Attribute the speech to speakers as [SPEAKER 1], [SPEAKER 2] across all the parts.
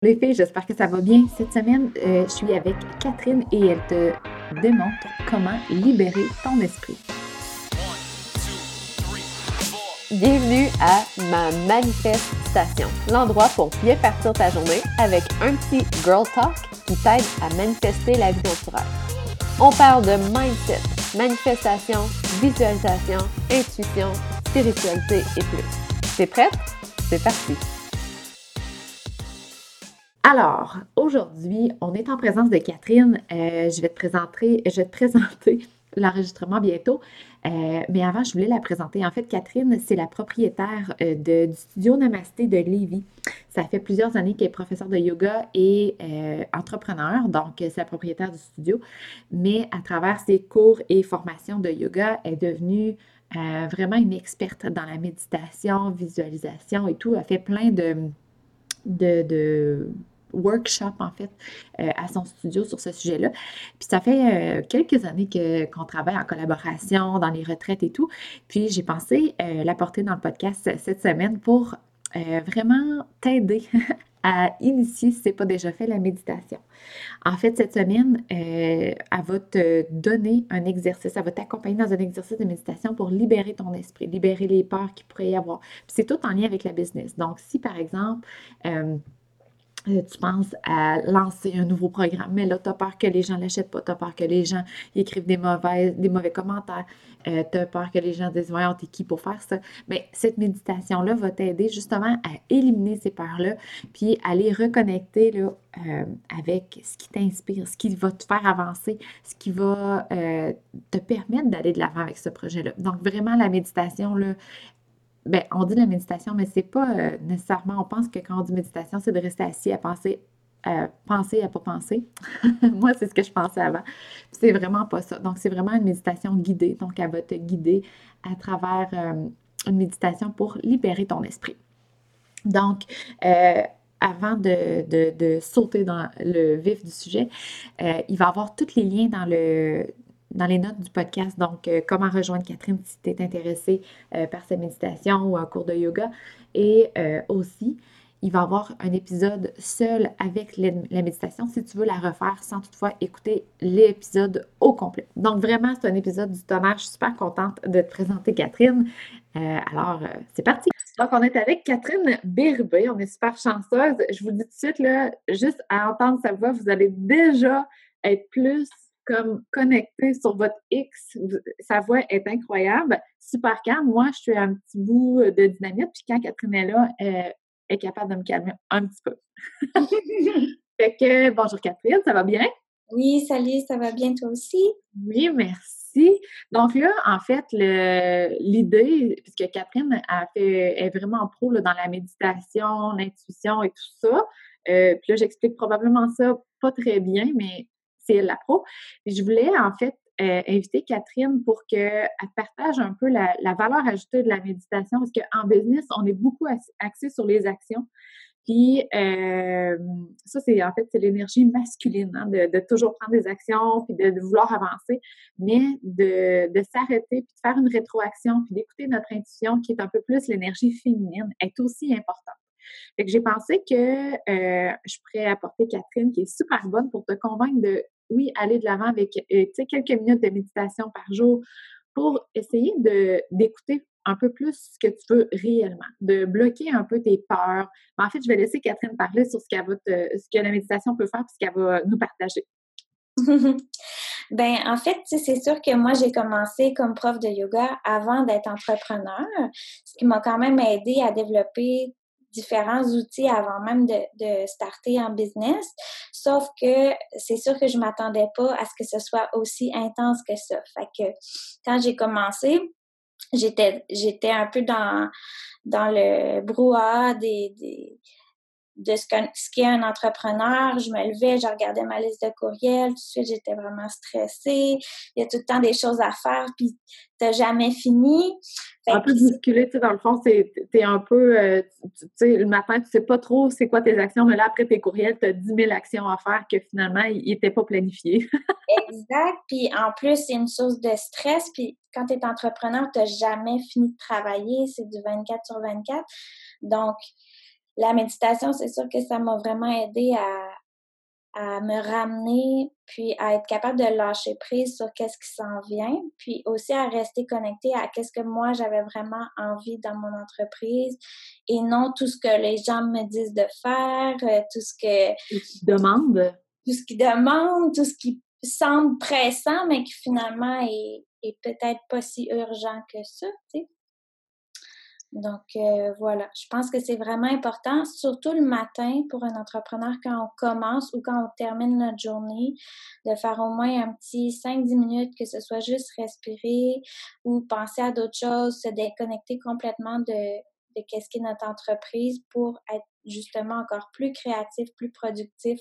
[SPEAKER 1] Les filles, j'espère que ça va bien. Cette semaine, je suis avec Catherine et elle te démontre comment libérer ton esprit.
[SPEAKER 2] Bienvenue à ma manifestation, l'endroit pour bien partir ta journée avec un petit girl talk qui t'aide à manifester la vie dont tu rêves. On parle de mindset, manifestation, visualisation, intuition, spiritualité et plus. T'es prête? C'est parti!
[SPEAKER 1] Alors, aujourd'hui, on est en présence de Catherine. Je vais te présenter l'enregistrement bientôt. Mais avant, je voulais la présenter. En fait, Catherine, c'est la propriétaire du studio Namasté de Lévis. Ça fait plusieurs années qu'elle est professeure de yoga et entrepreneur, donc c'est la propriétaire du studio. Mais à travers ses cours et formations de yoga, elle est devenue vraiment une experte dans la méditation, visualisation et tout. Elle fait plein de workshop, en fait, à son studio sur ce sujet-là. Puis ça fait quelques années qu'on travaille en collaboration dans les retraites et tout. Puis j'ai pensé l'apporter dans le podcast cette semaine pour vraiment t'aider à initier, si ce n'est pas déjà fait, la méditation. En fait, cette semaine, elle va te donner un exercice, elle va t'accompagner dans un exercice de méditation pour libérer ton esprit, libérer les peurs qu'il pourrait y avoir. Puis c'est tout en lien avec la business. Donc, si par exemple, tu penses à lancer un nouveau programme, mais là, tu as peur que les gens ne l'achètent pas, tu as peur que les gens y écrivent des mauvais commentaires, tu as peur que les gens disent voyons, t'es qui pour faire ça? Bien, cette méditation-là va t'aider justement à éliminer ces peurs-là, puis à les reconnecter là, avec ce qui t'inspire, ce qui va te faire avancer, ce qui va te permettre d'aller de l'avant avec ce projet-là. Donc, vraiment, la méditation, là, ben, on dit la méditation, mais c'est pas nécessairement, on pense que quand on dit méditation, c'est de rester assis à penser à pas penser. Moi, c'est ce que je pensais avant. Puis c'est vraiment pas ça. Donc, c'est vraiment une méditation guidée. Donc, elle va te guider à travers une méditation pour libérer ton esprit. Donc, avant de sauter dans le vif du sujet, il va y avoir tous les liens dans les notes du podcast. Donc, comment rejoindre Catherine si tu es intéressé par sa méditation ou un cours de yoga. Et aussi, il va y avoir un épisode seul avec la méditation si tu veux la refaire sans toutefois écouter l'épisode au complet. Donc, vraiment, c'est un épisode du tonnerre. Je suis super contente de te présenter Catherine. Alors, c'est parti! Donc, on est avec Catherine Bérubé. On est super chanceuse. Je vous dis tout de suite, là, juste à entendre sa voix, vous allez déjà être plus comme connecté sur votre X. Sa voix est incroyable. Super calme. Moi, je suis un petit bout de dynamite. Puis quand Catherine est là, elle est capable de me calmer un petit peu. Fait que, bonjour Catherine, ça va bien?
[SPEAKER 3] Oui, salut, ça va bien toi aussi?
[SPEAKER 1] Oui, merci. Donc là, en fait, l'idée, puisque Catherine est vraiment pro là, dans la méditation, l'intuition et tout ça. Puis là, j'explique probablement ça pas très bien, mais c'est elle la pro. Et je voulais en fait inviter Catherine pour qu'elle partage un peu la valeur ajoutée de la méditation, parce qu'en business, on est beaucoup axé sur les actions. Puis ça, c'est l'énergie masculine, hein, de toujours prendre des actions, puis de vouloir avancer, mais de s'arrêter, puis de faire une rétroaction, puis d'écouter notre intuition, qui est un peu plus l'énergie féminine, est aussi importante. Fait que j'ai pensé que je pourrais apporter Catherine, qui est super bonne pour te convaincre de, oui, aller de l'avant avec, tu sais, quelques minutes de méditation par jour pour essayer d'écouter un peu plus ce que tu veux réellement, de bloquer un peu tes peurs. En fait, je vais laisser Catherine parler sur ce que la méditation peut faire, puis ce qu'elle va nous partager.
[SPEAKER 3] Ben, en fait, c'est sûr que moi, j'ai commencé comme prof de yoga avant d'être entrepreneur, ce qui m'a quand même aidé à développer différents outils avant même de starter en business. Sauf que c'est sûr que je m'attendais pas à ce que ce soit aussi intense que ça. Fait que quand j'ai commencé, j'étais un peu dans le brouhaha de ce qu'est un entrepreneur. Je me levais, je regardais ma liste de courriels, tout de suite, j'étais vraiment stressée. Il y a tout le temps des choses à faire, puis t'as jamais fini.
[SPEAKER 1] Un peu bousculé, tu sais, dans le fond, t'es un peu, tu sais, le matin, tu sais pas trop c'est quoi tes actions, mais là, après tes courriels, tu as 10 000 actions à faire que finalement, ils n'étaient pas planifiés.
[SPEAKER 3] Exact. Puis en plus, c'est une source de stress. Puis quand tu es entrepreneur, tu n'as jamais fini de travailler. C'est du 24 sur 24. Donc, la méditation, c'est sûr que ça m'a vraiment aidée à me ramener, puis à être capable de lâcher prise sur qu'est-ce qui s'en vient, puis aussi à rester connectée à qu'est-ce que moi j'avais vraiment envie dans mon entreprise et non tout ce que les gens me disent de faire,
[SPEAKER 1] Et qui demande.
[SPEAKER 3] tout ce qu'ils demandent, tout ce qui semble pressant, mais qui finalement est peut-être pas si urgent que ça, tu sais. Donc, voilà, je pense que c'est vraiment important, surtout le matin pour un entrepreneur quand on commence ou quand on termine notre journée, de faire au moins un petit 5-10 minutes, que ce soit juste respirer ou penser à d'autres choses, se déconnecter complètement de qu'est-ce qu'est notre entreprise pour être justement encore plus créatif, plus productif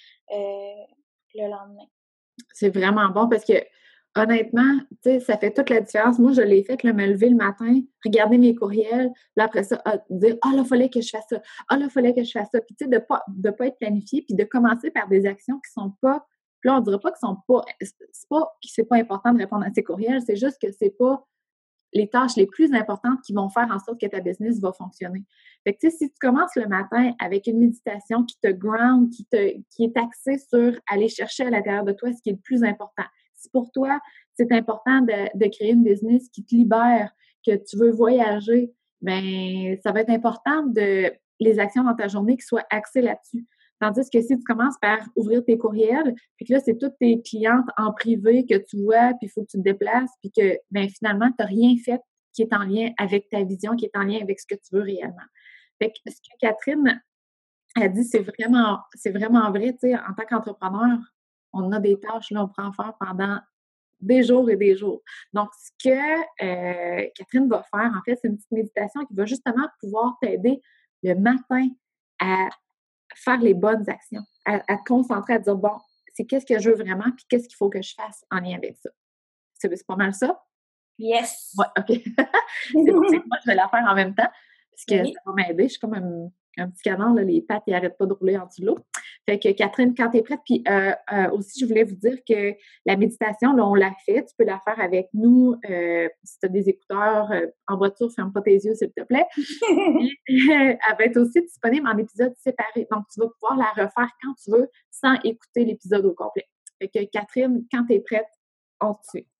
[SPEAKER 3] le lendemain.
[SPEAKER 1] C'est vraiment bon parce que honnêtement, tu sais, ça fait toute la différence. Moi, je l'ai fait, me lever le matin, regarder mes courriels, là, après ça, dire « Ah, là, il fallait que je fasse ça. Ah, là, il fallait que je fasse ça. » Puis, tu sais, de pas être planifié, puis de commencer par des actions qui sont pas. Puis là, on dirait pas qu'ils sont pas. C'est pas que c'est pas important de répondre à ces courriels, c'est juste que c'est pas les tâches les plus importantes qui vont faire en sorte que ta business va fonctionner. Fait que, tu sais, si tu commences le matin avec une méditation qui te ground, qui est axée sur aller chercher à l'intérieur de toi ce qui est le plus important. Si pour toi, c'est important de créer une business qui te libère, que tu veux voyager, ben ça va être important de les actions dans ta journée qui soient axées là-dessus. Tandis que si tu commences par ouvrir tes courriels, puis que là, c'est toutes tes clientes en privé que tu vois, puis il faut que tu te déplaces, puis que ben, finalement, tu n'as rien fait qui est en lien avec ta vision, qui est en lien avec ce que tu veux réellement. Fait que ce que Catherine a dit, c'est vraiment vrai, tu sais, en tant qu'entrepreneur, on a des tâches, là, on prend en faire pendant des jours et des jours. Donc, ce que Catherine va faire, en fait, c'est une petite méditation qui va justement pouvoir t'aider le matin à faire les bonnes actions, à te concentrer, à te dire, bon, c'est qu'est-ce que je veux vraiment, puis qu'est-ce qu'il faut que je fasse en lien avec ça. C'est pas mal ça?
[SPEAKER 3] Yes!
[SPEAKER 1] Ouais, OK. C'est bon, c'est que moi, je vais la faire en même temps, parce que
[SPEAKER 3] Oui.
[SPEAKER 1] ça va m'aider. Je suis comme un petit canard, là, les pattes, ils n'arrêtent pas de rouler en dessous de l'eau. Fait que Catherine, quand tu es prête, puis aussi, je voulais vous dire que la méditation, là, on l'a fait. Tu peux la faire avec nous. Si tu as des écouteurs en voiture, ferme pas tes yeux, s'il te plaît. Puis, elle va être aussi disponible en épisodes séparés. Donc, tu vas pouvoir la refaire quand tu veux sans écouter l'épisode au complet. Fait que Catherine, quand tu es prête, on te suit.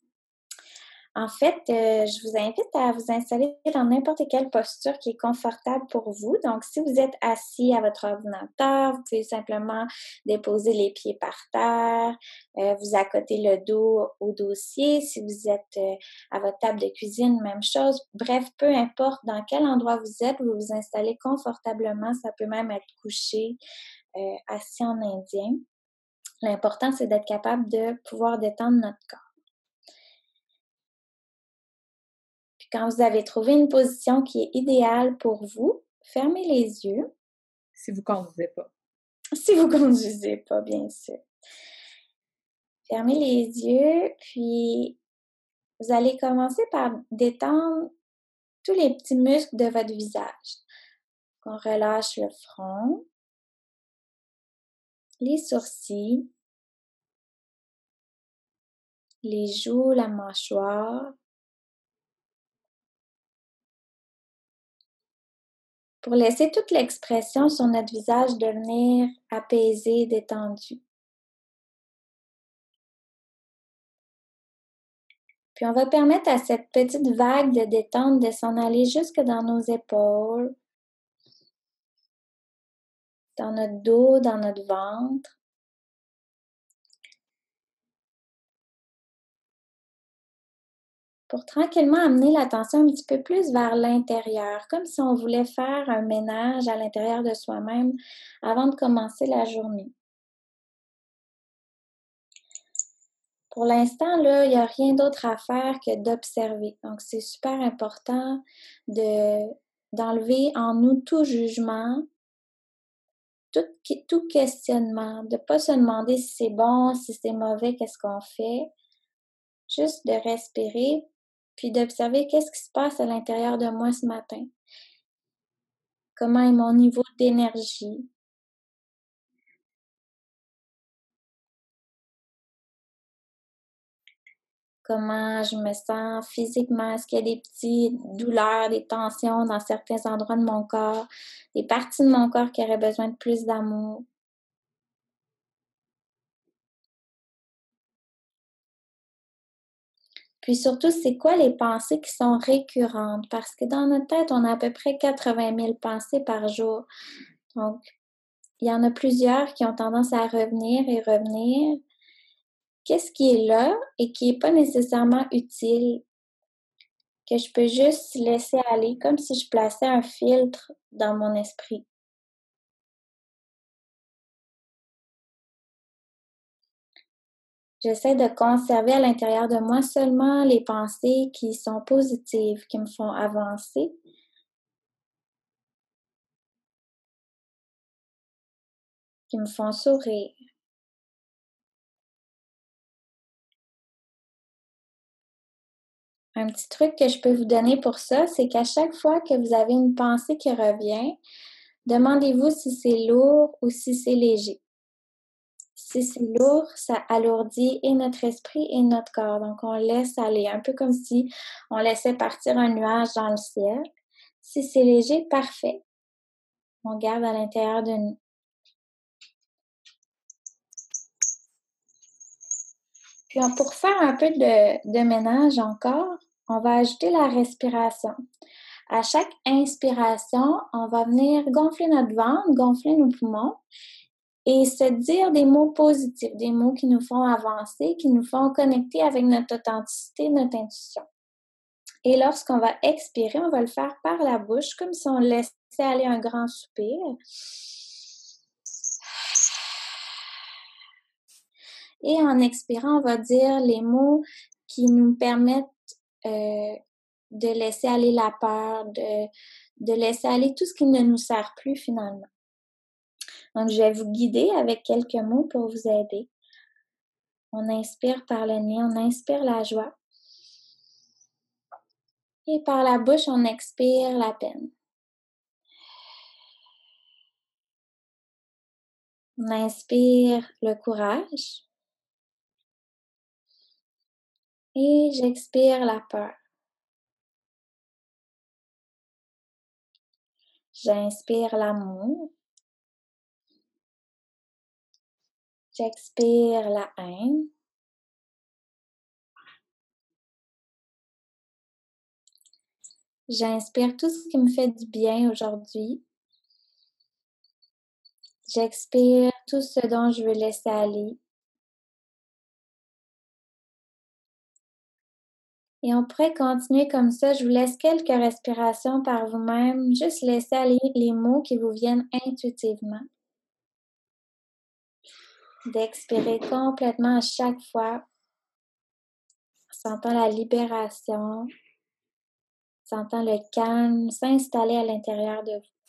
[SPEAKER 3] En fait, je vous invite à vous installer dans n'importe quelle posture qui est confortable pour vous. Donc, si vous êtes assis à votre ordinateur, vous pouvez simplement déposer les pieds par terre, vous accoter le dos au dossier. Si vous êtes à votre table de cuisine, même chose. Bref, peu importe dans quel endroit vous êtes, vous vous installez confortablement. Ça peut même être couché, assis en indien. L'important, c'est d'être capable de pouvoir détendre notre corps. Quand vous avez trouvé une position qui est idéale pour vous, fermez les yeux.
[SPEAKER 1] Si vous ne conduisez pas.
[SPEAKER 3] Si vous ne conduisez pas, bien sûr. Fermez les yeux, puis vous allez commencer par détendre tous les petits muscles de votre visage. On relâche le front, les sourcils, les joues, la mâchoire. Pour laisser toute l'expression sur notre visage devenir apaisée, détendue. Puis on va permettre à cette petite vague de détente de s'en aller jusque dans nos épaules, dans notre dos, dans notre ventre. Pour tranquillement amener l'attention un petit peu plus vers l'intérieur, comme si on voulait faire un ménage à l'intérieur de soi-même avant de commencer la journée. Pour l'instant, là, il n'y a rien d'autre à faire que d'observer. Donc, c'est super important d'enlever en nous tout jugement, tout questionnement, de ne pas se demander si c'est bon, si c'est mauvais, qu'est-ce qu'on fait. Juste de respirer, puis d'observer qu'est-ce qui se passe à l'intérieur de moi ce matin. Comment est mon niveau d'énergie? comment je me sens physiquement, est-ce qu'il y a des petites douleurs, des tensions dans certains endroits de mon corps, des parties de mon corps qui auraient besoin de plus d'amour. Puis surtout, c'est quoi les pensées qui sont récurrentes? Parce que dans notre tête, on a à peu près 80 000 pensées par jour. Donc, il y en a plusieurs qui ont tendance à revenir et revenir. Qu'est-ce qui est là et qui n'est pas nécessairement utile, que je peux juste laisser aller, comme si je plaçais un filtre dans mon esprit. J'essaie de conserver à l'intérieur de moi seulement les pensées qui sont positives, qui me font avancer. Qui me font sourire. Un petit truc que je peux vous donner pour ça, c'est qu'à chaque fois que vous avez une pensée qui revient, demandez-vous si c'est lourd ou si c'est léger. Si c'est lourd, ça alourdit et notre esprit et notre corps. Donc, on laisse aller, un peu comme si on laissait partir un nuage dans le ciel. Si c'est léger, parfait. On garde à l'intérieur de nous. Puis, pour faire un peu de ménage encore, on va ajouter la respiration. À chaque inspiration, on va venir gonfler notre ventre, gonfler nos poumons et se dire des mots positifs, des mots qui nous font avancer, qui nous font connecter avec notre authenticité, notre intuition. Et lorsqu'on va expirer, on va le faire par la bouche, comme si on laissait aller un grand soupir. Et en expirant, on va dire les mots qui nous permettent de laisser aller la peur, de laisser aller tout ce qui ne nous sert plus finalement. Donc, je vais vous guider avec quelques mots pour vous aider. On inspire par le nez, on inspire la joie. Et par la bouche, on expire la peine. On inspire le courage. Et j'expire la peur. J'inspire l'amour. J'expire la haine. J'inspire tout ce qui me fait du bien aujourd'hui. J'expire tout ce dont je veux laisser aller. Et on pourrait continuer comme ça. Je vous laisse quelques respirations par vous-même. Juste laisser aller les mots qui vous viennent intuitivement. D'expirer complètement à chaque fois, sentant la libération, sentant le calme s'installer à l'intérieur de vous.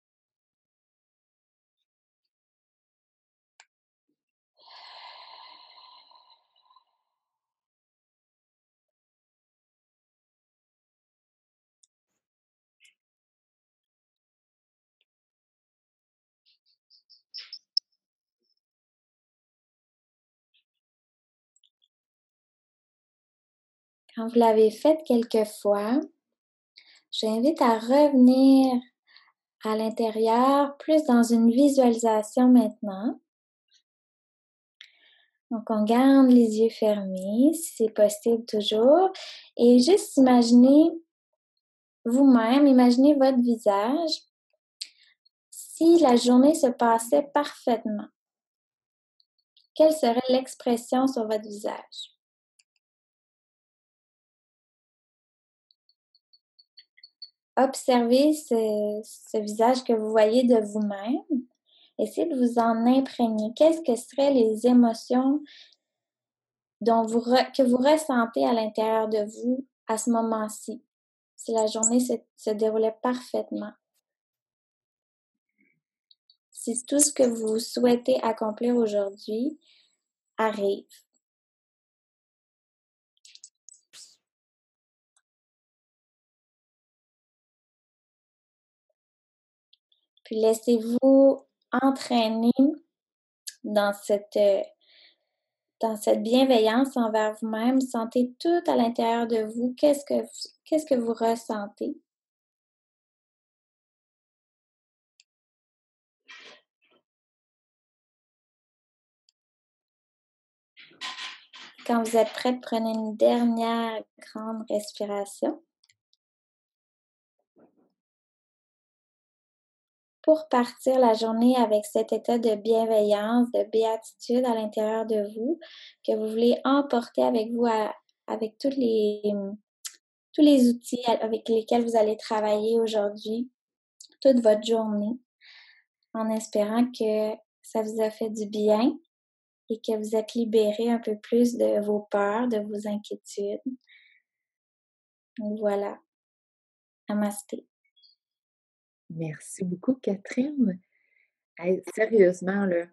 [SPEAKER 3] Quand vous l'avez fait quelques fois, j'invite à revenir à l'intérieur, plus dans une visualisation maintenant. Donc, on garde les yeux fermés, si c'est possible toujours, et juste imaginez vous-même, imaginez votre visage si la journée se passait parfaitement. Quelle serait l'expression sur votre visage? Observez ce visage que vous voyez de vous-même. Essayez de vous en imprégner. Qu'est-ce que seraient les émotions que vous ressentez à l'intérieur de vous à ce moment-ci, si la journée se déroulait parfaitement? Si tout ce que vous souhaitez accomplir aujourd'hui arrive. Puis laissez-vous entraîner dans dans cette bienveillance envers vous-même, sentez tout à l'intérieur de vous. Qu'est-ce que vous ressentez? Quand vous êtes prête, prenez une dernière grande respiration pour partir la journée avec cet état de bienveillance, de béatitude à l'intérieur de vous, que vous voulez emporter avec vous avec tous les outils avec lesquels vous allez travailler aujourd'hui, toute votre journée, en espérant que ça vous a fait du bien et que vous êtes libéré un peu plus de vos peurs, de vos inquiétudes. Donc voilà. Namasté.
[SPEAKER 1] Merci beaucoup, Catherine. Hey, sérieusement, là,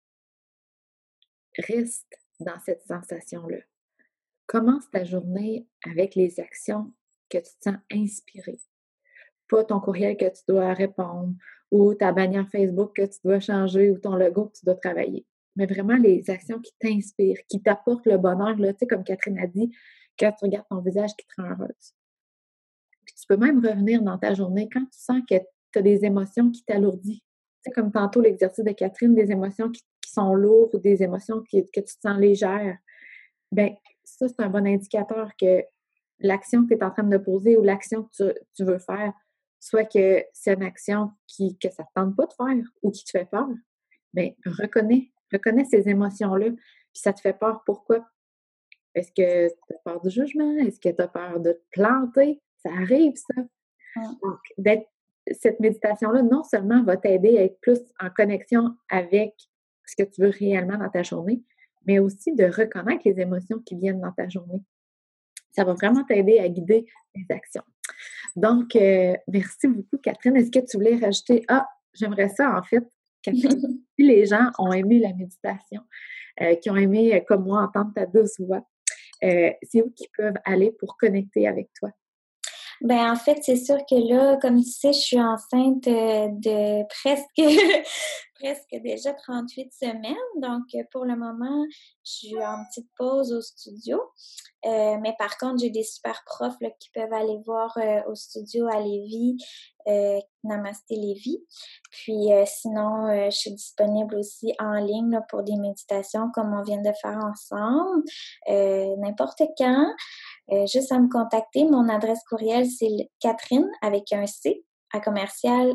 [SPEAKER 1] reste dans cette sensation-là. Commence ta journée avec les actions que tu te sens inspirée. Pas ton courriel que tu dois répondre ou ta bannière Facebook que tu dois changer ou ton logo que tu dois travailler. Mais vraiment les actions qui t'inspirent, qui t'apportent le bonheur, là, tu sais, comme Catherine a dit, quand tu regardes ton visage qui te rend heureuse. Puis tu peux même revenir dans ta journée quand tu sens que tu as des émotions qui t'alourdissent. Tu sais, comme tantôt l'exercice de Catherine, des émotions qui sont lourdes ou des émotions que tu te sens légère. Bien, ça, c'est un bon indicateur que l'action que tu es en train de poser ou l'action que tu veux faire, soit que c'est une action que ça ne te tente pas de faire ou qui te fait peur, bien, reconnais ces émotions-là, puis ça te fait peur. Pourquoi? Est-ce que tu as peur du jugement? Est-ce que tu as peur de te planter? Ça arrive, ça. Donc, cette méditation-là, non seulement va t'aider à être plus en connexion avec ce que tu veux réellement dans ta journée, mais aussi de reconnaître les émotions qui viennent dans ta journée. Ça va vraiment t'aider à guider tes actions. Donc, merci beaucoup, Catherine. Est-ce que tu voulais rajouter? Ah, j'aimerais ça, en fait, Catherine. Si les gens ont aimé la méditation, qui ont aimé, comme moi, entendre ta douce voix, c'est où qu'ils peuvent aller pour connecter avec toi?
[SPEAKER 3] Ben en fait, c'est sûr que là, comme tu sais, je suis enceinte de presque presque déjà 38 semaines. Donc, pour le moment, je suis en petite pause au studio. Mais par contre, j'ai des super profs là, qui peuvent aller voir au studio à Lévis, Namasté Lévis. Puis sinon, je suis disponible aussi en ligne là, pour des méditations comme on vient de faire ensemble, n'importe quand. Juste à me contacter. Mon adresse courriel, c'est Catherine avec un C à commercial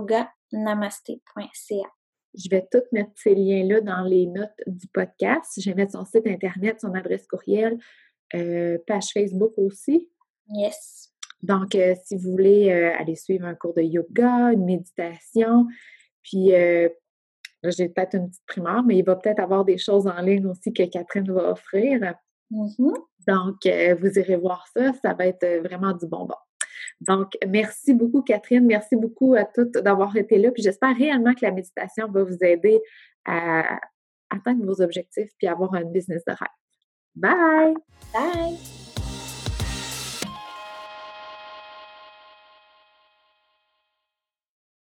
[SPEAKER 3] yoganamaste.ca.
[SPEAKER 1] Je vais tout mettre ces liens-là dans les notes du podcast. Je vais mettre son site Internet, son adresse courriel, page Facebook aussi.
[SPEAKER 3] Yes.
[SPEAKER 1] Donc, si vous voulez aller suivre un cours de yoga, une méditation, puis là, j'ai peut-être une petite primeur, mais il va peut-être avoir des choses en ligne aussi que Catherine va offrir.
[SPEAKER 3] Mm-hmm.
[SPEAKER 1] Donc, vous irez voir ça. Ça va être vraiment du bonbon. Donc, merci beaucoup, Catherine. Merci beaucoup à toutes d'avoir été là. Puis j'espère réellement que la méditation va vous aider à atteindre vos objectifs puis avoir un business de rêve. Bye!
[SPEAKER 3] Bye!